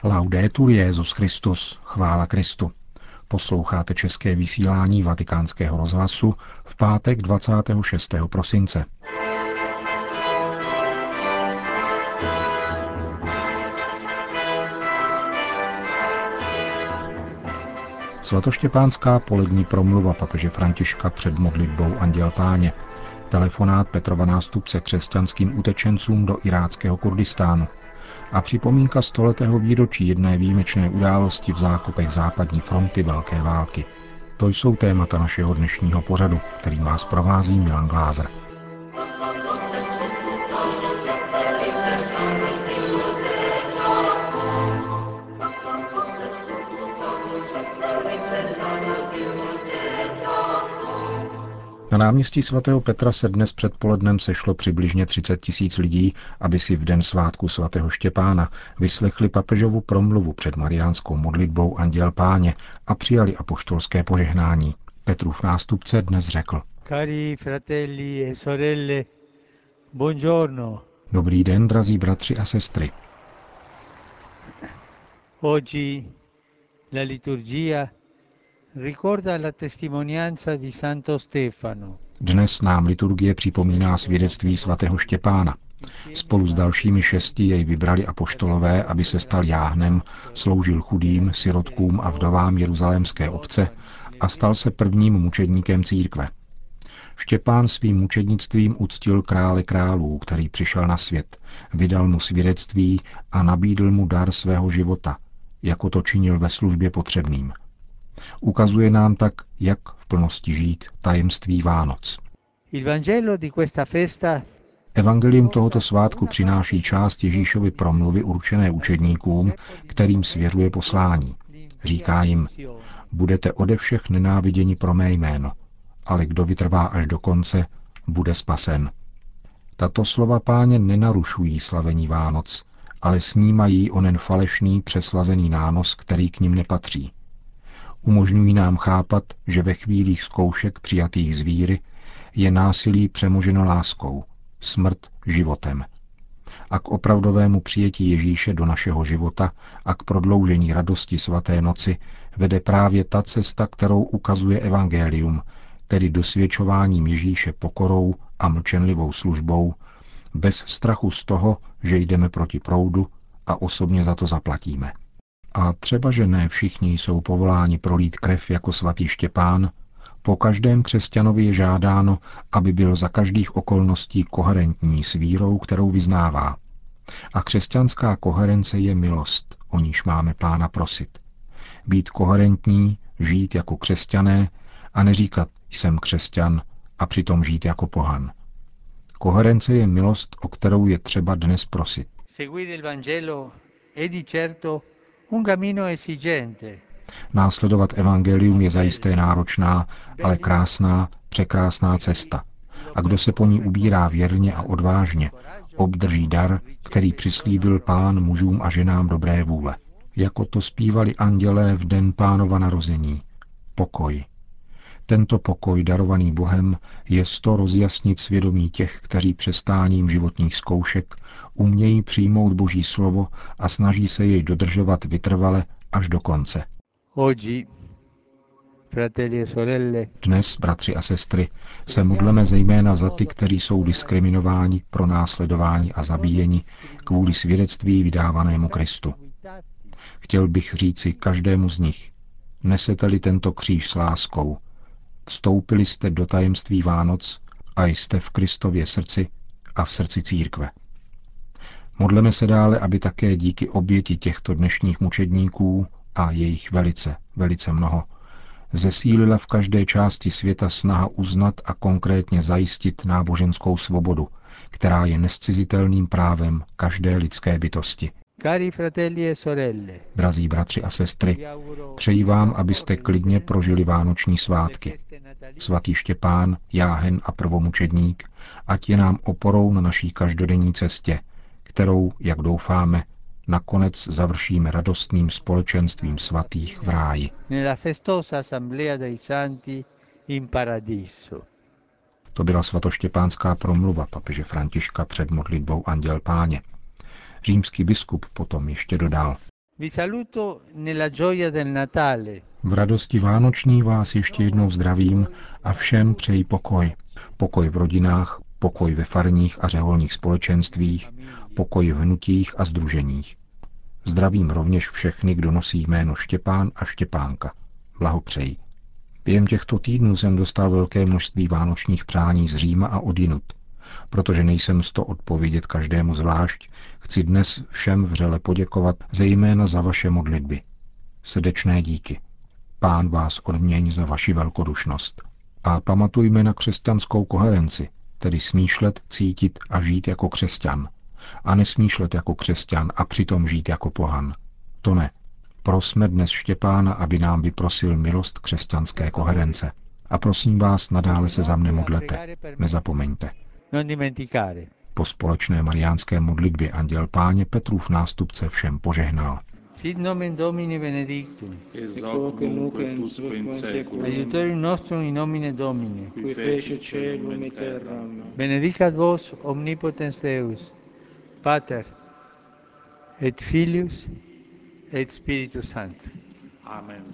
Laudetur Jesus Christus, chvála Kristu. Posloucháte české vysílání Vatikánského rozhlasu v pátek 26. prosince. Svatoštěpánská polední promluva papeže Františka před modlitbou Anděl Páně. Telefonát Petrova nástupce křesťanským utečencům do iráckého Kurdistánu. A připomínka stoletého výročí jedné výjimečné události v zákopech západní fronty Velké války. To jsou témata našeho dnešního pořadu, který vás provází Milan Glázer. Na náměstí svatého Petra se dnes předpolednem sešlo přibližně 30 000 lidí, aby si v den svátku svatého Štěpána vyslechli papežovu promluvu před mariánskou modlitbou Anděl Páně a přijali apoštolské požehnání. Petrův nástupce dnes řekl: Cari fratelli e sorelle, buongiorno. Dobrý den, drazí bratři a sestry. Oggi la liturgia ricorda la testimonianza di Santo Stefano. Dnes nám liturgie připomíná svědectví svatého Štěpána. Spolu s dalšími 6 jej vybrali apoštolové, aby se stal jáhnem, sloužil chudým, sirotkům a vdovám jeruzalémské obce a stal se prvním mučedníkem církve. Štěpán svým mučednictvím uctil krále králů, který přišel na svět, vydal mu svědectví a nabídl mu dar svého života, jako to činil ve službě potřebným. Ukazuje nám tak, jak v plnosti žít tajemství Vánoc. Evangelium tohoto svátku přináší část Ježíšovy promluvy určené učedníkům, kterým svěřuje poslání. Říká jim: budete ode všech nenáviděni pro mé jméno, ale kdo vytrvá až do konce, bude spasen. Tato slova Páně nenarušují slavení Vánoc, ale snímají onen falešný přeslazený nános, který k nim nepatří. Umožňují nám chápat, že ve chvílích zkoušek přijatých z víry je násilí přemoženo láskou, smrt životem. A k opravdovému přijetí Ježíše do našeho života a k prodloužení radosti svaté noci vede právě ta cesta, kterou ukazuje evangelium, tedy dosvědčováním Ježíše pokorou a mlčenlivou službou, bez strachu z toho, že jdeme proti proudu a osobně za to zaplatíme. A třeba, že ne všichni jsou povoláni prolít krev jako svatý Štěpán, po každém křesťanovi je žádáno, aby byl za každých okolností koherentní s vírou, kterou vyznává. A křesťanská koherence je milost, o níž máme Pána prosit. Být koherentní, žít jako křesťané a neříkat jsem křesťan a přitom žít jako pohan. Koherence je milost, o kterou je třeba dnes prosit. Následovat evangelium je zajisté náročná, ale krásná, překrásná cesta. A kdo se po ní ubírá věrně a odvážně, obdrží dar, který přislíbil Pán mužům a ženám dobré vůle. Jako to zpívali andělé v den Pánova narození. Pokoj. Tento pokoj, darovaný Bohem, je to rozjasnit svědomí těch, kteří přestáním životních zkoušek umějí přijmout Boží slovo a snaží se jej dodržovat vytrvale až do konce. Dnes, bratři a sestry, se modleme zejména za ty, kteří jsou diskriminováni, pronásledováni a zabíjeni kvůli svědectví vydávanému Kristu. Chtěl bych říci každému z nich: nesete-li tento kříž s láskou, vstoupili jste do tajemství Vánoc a jste v Kristově srdci a v srdci církve. Modleme se dále, aby také díky oběti těchto dnešních mučedníků, a jejich velice, velice mnoho, zesílila v každé části světa snaha uznat a konkrétně zajistit náboženskou svobodu, která je nescizitelným právem každé lidské bytosti. Drazí bratři a sestry, přeji vám, abyste klidně prožili vánoční svátky. Svatý Štěpán, jáhen a prvomučedník, ať je nám oporou na naší každodenní cestě, kterou, jak doufáme, nakonec završíme radostným společenstvím svatých v ráji. To byla svatoštěpánská promluva papeže Františka před modlitbou Anděl Páně. Římský biskup potom ještě dodal: Vi saluto nella gioia del Natale. V radosti vánoční vás ještě jednou zdravím a všem přeji pokoj. Pokoj v rodinách, pokoj ve farních a řeholních společenstvích, pokoj v hnutích a sdruženích. Zdravím rovněž všechny, kdo nosí jméno Štěpán a Štěpánka. Blahopřeji. Během těchto týdnů jsem dostal velké množství vánočních přání z Říma a odjinud. Protože nejsem sto odpovědět každému zvlášť, chci dnes všem vřele poděkovat zejména za vaše modlitby. Srdečné díky. Pán vás odměň za vaši velkodušnost. A pamatujme na křesťanskou koherenci, tedy smýšlet, cítit a žít jako křesťan. A nesmýšlet jako křesťan a přitom žít jako pohan. To ne. Prosme dnes Štěpána, aby nám vyprosil milost křesťanské koherence. A prosím vás, nadále se za mne modlete. Nezapomeňte. Po společné mariánské modlitbě Anděl Páně Petrův nástupce všem požehnal. Sit nomen Domini benedictum. Ex hoc nunc et usque in saeculum. Aiutorium nostrum in nomine Domini. Qui fecit caelum et terram. Benedicat vos omnipotens Deus, Pater et Filius et Spiritus Sanctus. Amen.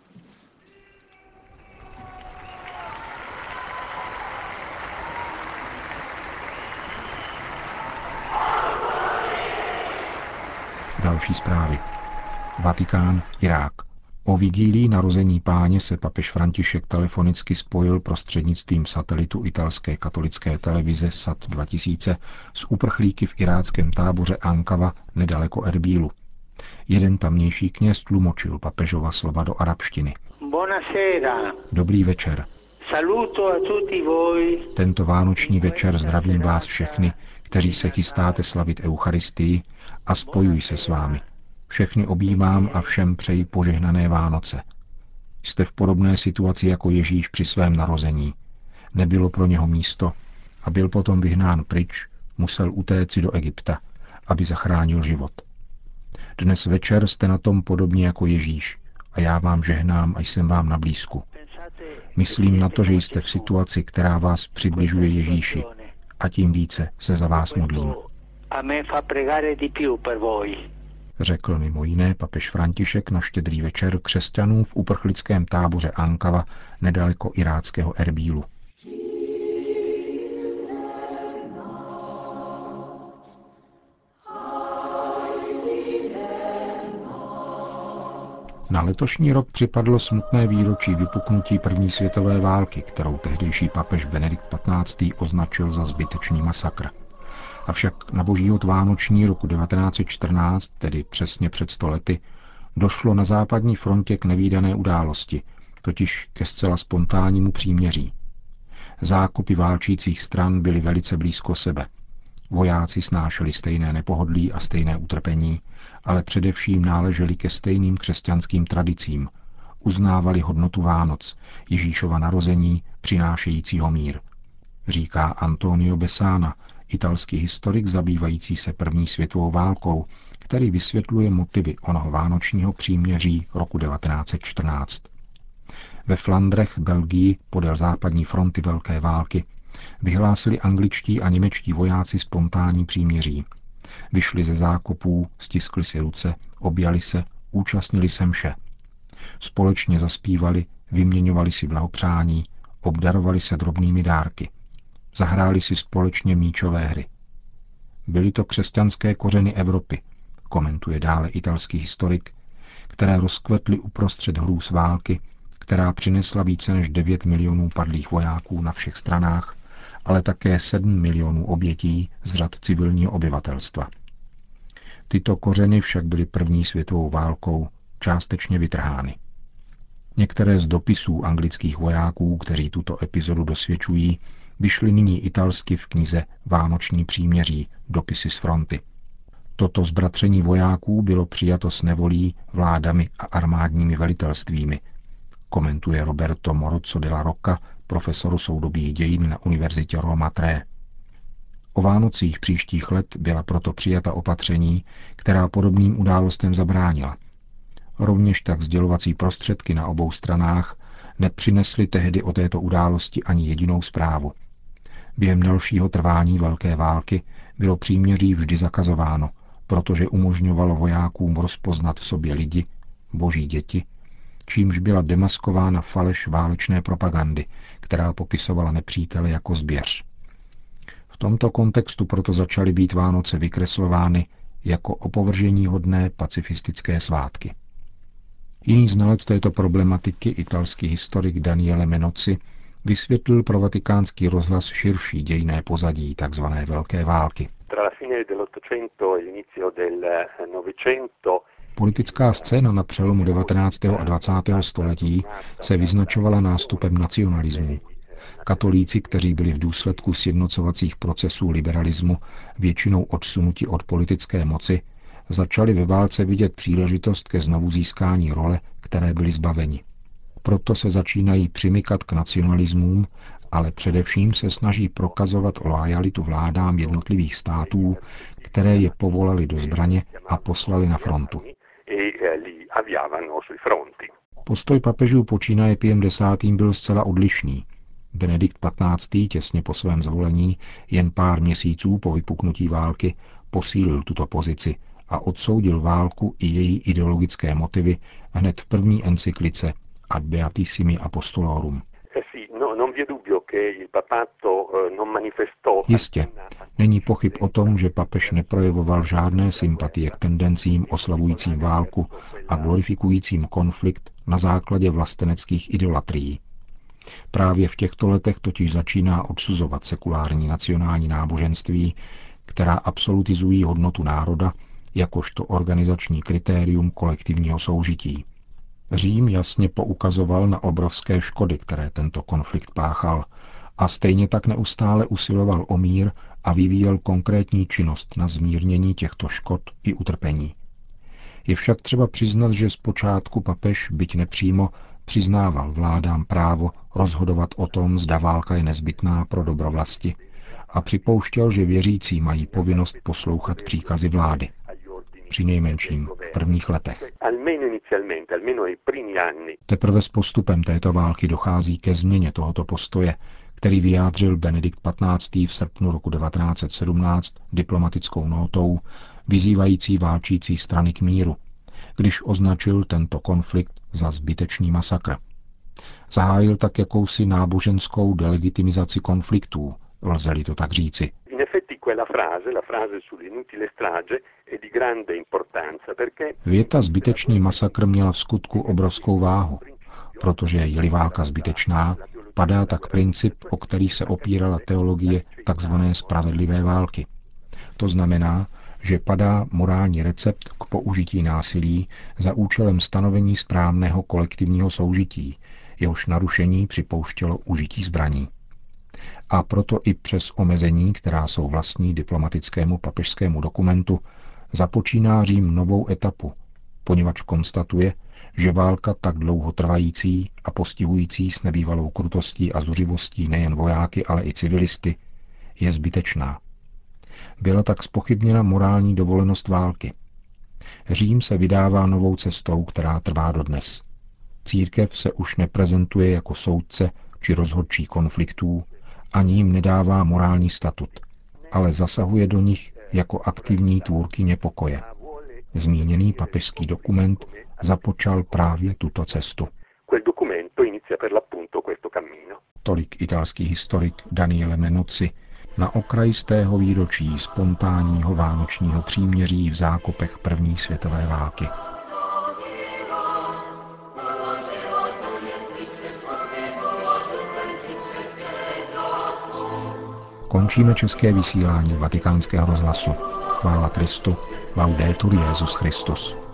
Další zprávy. Vatikán, Irák. O vigílii narození Páně se papež František telefonicky spojil prostřednictvím satelitu italské katolické televize SAT 2000 s uprchlíky v iráckém táboře Ankava nedaleko Erbílu. Jeden tamnější kněz tlumočil papežova slova do arabštiny. Buonasera. Dobrý večer. Saluto a tutti voi. Tento vánoční večer zdravím vás všechny, kteří se chystáte slavit Eucharistii, a spojuji se s vámi. Všechny objímám a všem přeji požehnané Vánoce. Jste v podobné situaci jako Ježíš při svém narození. Nebylo pro něho místo a byl potom vyhnán pryč, musel utéci do Egypta, aby zachránil život. Dnes večer jste na tom podobně jako Ježíš a já vám žehnám a jsem vám na blízku. Myslím na to, že jste v situaci, která vás přibližuje Ježíši, a tím více se za vás modlím. Řekl mimo jiné papež František na Štědrý večer křesťanům v uprchlickém táboře Ankava nedaleko iráckého Erbílu. Na letošní rok připadlo smutné výročí vypuknutí první světové války, kterou tehdejší papež Benedikt XV. Označil za zbytečný masakr. Avšak na Božíhod vánoční roku 1914, tedy přesně před 100 lety, došlo na západní frontě k nevídané události, totiž ke zcela spontánnímu příměří. Zákopy válčících stran byly velice blízko sebe. Vojáci snášeli stejné nepohodlí a stejné utrpení, ale především náleželi ke stejným křesťanským tradicím. Uznávali hodnotu Vánoc, Ježíšova narození, přinášejícího mír. Říká Antonio Besana, italský historik zabývající se první světovou válkou, který vysvětluje motivy onoho vánočního příměří roku 1914. Ve Flandrech, Belgii, podél západní fronty Velké války, vyhlásili angličtí a němečtí vojáci spontánní příměří. Vyšli ze zákopů, stiskli si ruce, objali se, účastnili se mše. Společně zaspívali, vyměňovali si blahopřání, obdarovali se drobnými dárky. Zahráli si společně míčové hry. Byly to křesťanské kořeny Evropy, komentuje dále italský historik, které rozkvetly uprostřed hrůz války, která přinesla více než 9 milionů padlých vojáků na všech stranách, ale také 7 milionů obětí z řad civilního obyvatelstva. Tyto kořeny však byly první světovou válkou částečně vytrhány. Některé z dopisů anglických vojáků, kteří tuto epizodu dosvědčují, vyšly nyní italsky v knize Vánoční příměří, dopisy z fronty. Toto zbratření vojáků bylo přijato s nevolí, vládami a armádními velitelstvími, komentuje Roberto Morozzo della Rocca, profesoru soudobých dějin na univerzitě Roma Tre. O Vánocích příštích let byla proto přijata opatření, která podobným událostem zabránila. Rovněž tak sdělovací prostředky na obou stranách nepřinesly tehdy o této události ani jedinou zprávu. Během dalšího trvání Velké války bylo příměří vždy zakazováno protože umožňovalo vojákům rozpoznat v sobě lidi, boží děti, čímž byla demaskována faleš válečné propagandy, která popisovala nepřítele jako zběř. V tomto kontextu proto začaly být Vánoce vykreslovány jako opovrženíhodné pacifistické svátky. Jiný znalec této problematiky, italský historik Daniele Menozzi, vysvětlil pro Vatikánský rozhlas širší dějinné pozadí tzv. Velké války. Politická scéna na přelomu 19. a 20. století se vyznačovala nástupem nacionalismu. Katolíci, kteří byli v důsledku sjednocovacích procesů liberalismu většinou odsunuti od politické moci, začali ve válce vidět příležitost ke znovu získání role, které byli zbaveni. Proto se začínají přimykat k nacionalismům, ale především se snaží prokazovat loajalitu vládám jednotlivých států, které je povolali do zbraně a poslali na frontu. Postoj papežů počínaje Piem X. byl zcela odlišný. Benedikt XV. Těsně po svém zvolení, jen pár měsíců po vypuknutí války, posílil tuto pozici a odsoudil válku i její ideologické motivy hned v první encyklice Ad Beatissimi Apostolorum. Jistě, není pochyb o tom, že papež neprojevoval žádné sympatie k tendencím oslavujícím válku a glorifikujícím konflikt na základě vlasteneckých idolatrií. Právě v těchto letech totiž začíná odsuzovat sekulární nacionální náboženství, která absolutizují hodnotu národa jakožto organizační kritérium kolektivního soužití. Řím jasně poukazoval na obrovské škody, které tento konflikt páchal, a stejně tak neustále usiloval o mír a vyvíjel konkrétní činnost na zmírnění těchto škod i utrpení. Je však třeba přiznat, že zpočátku papež, byť nepřímo, přiznával vládám právo rozhodovat o tom, zda válka je nezbytná pro dobro vlasti, a připouštěl, že věřící mají povinnost poslouchat příkazy vlády. Přinejmenším v prvních letech. Teprve s postupem této války dochází ke změně tohoto postoje, který vyjádřil Benedikt XV. V srpnu roku 1917 diplomatickou nótou, vyzývající válčící strany k míru, když označil tento konflikt za zbytečný masakr. Zahájil tak jakousi náboženskou delegitimizaci konfliktů, lze-li to tak říci. Věta zbytečný masakr měla v skutku obrovskou váhu, protože je-li válka zbytečná, padá tak princip, o který se opírala teologie tzv. Spravedlivé války. To znamená, že padá morální recept k použití násilí za účelem stanovení správného kolektivního soužití, jehož narušení připouštělo užití zbraní. A proto i přes omezení, která jsou vlastní diplomatickému papežskému dokumentu, započíná Řím novou etapu, poněvadž konstatuje, že válka tak dlouho trvající a postihující s nebývalou krutostí a zuřivostí nejen vojáky, ale i civilisty, je zbytečná. Byla tak zpochybněna morální dovolenost války. Řím se vydává novou cestou, která trvá dodnes. Církev se už neprezentuje jako soudce či rozhodčí konfliktů, ani jim nedává morální statut, ale zasahuje do nich jako aktivní tvůrkyně pokoje. Zmíněný papežský dokument započal právě tuto cestu. Tolik italský historik Daniele Menozzi na okraj stého výročí spontánního vánočního příměří v zákopech první světové války. Končíme české vysílání Vatikánského rozhlasu. Chvála Kristu. Laudetur Jesus Christus.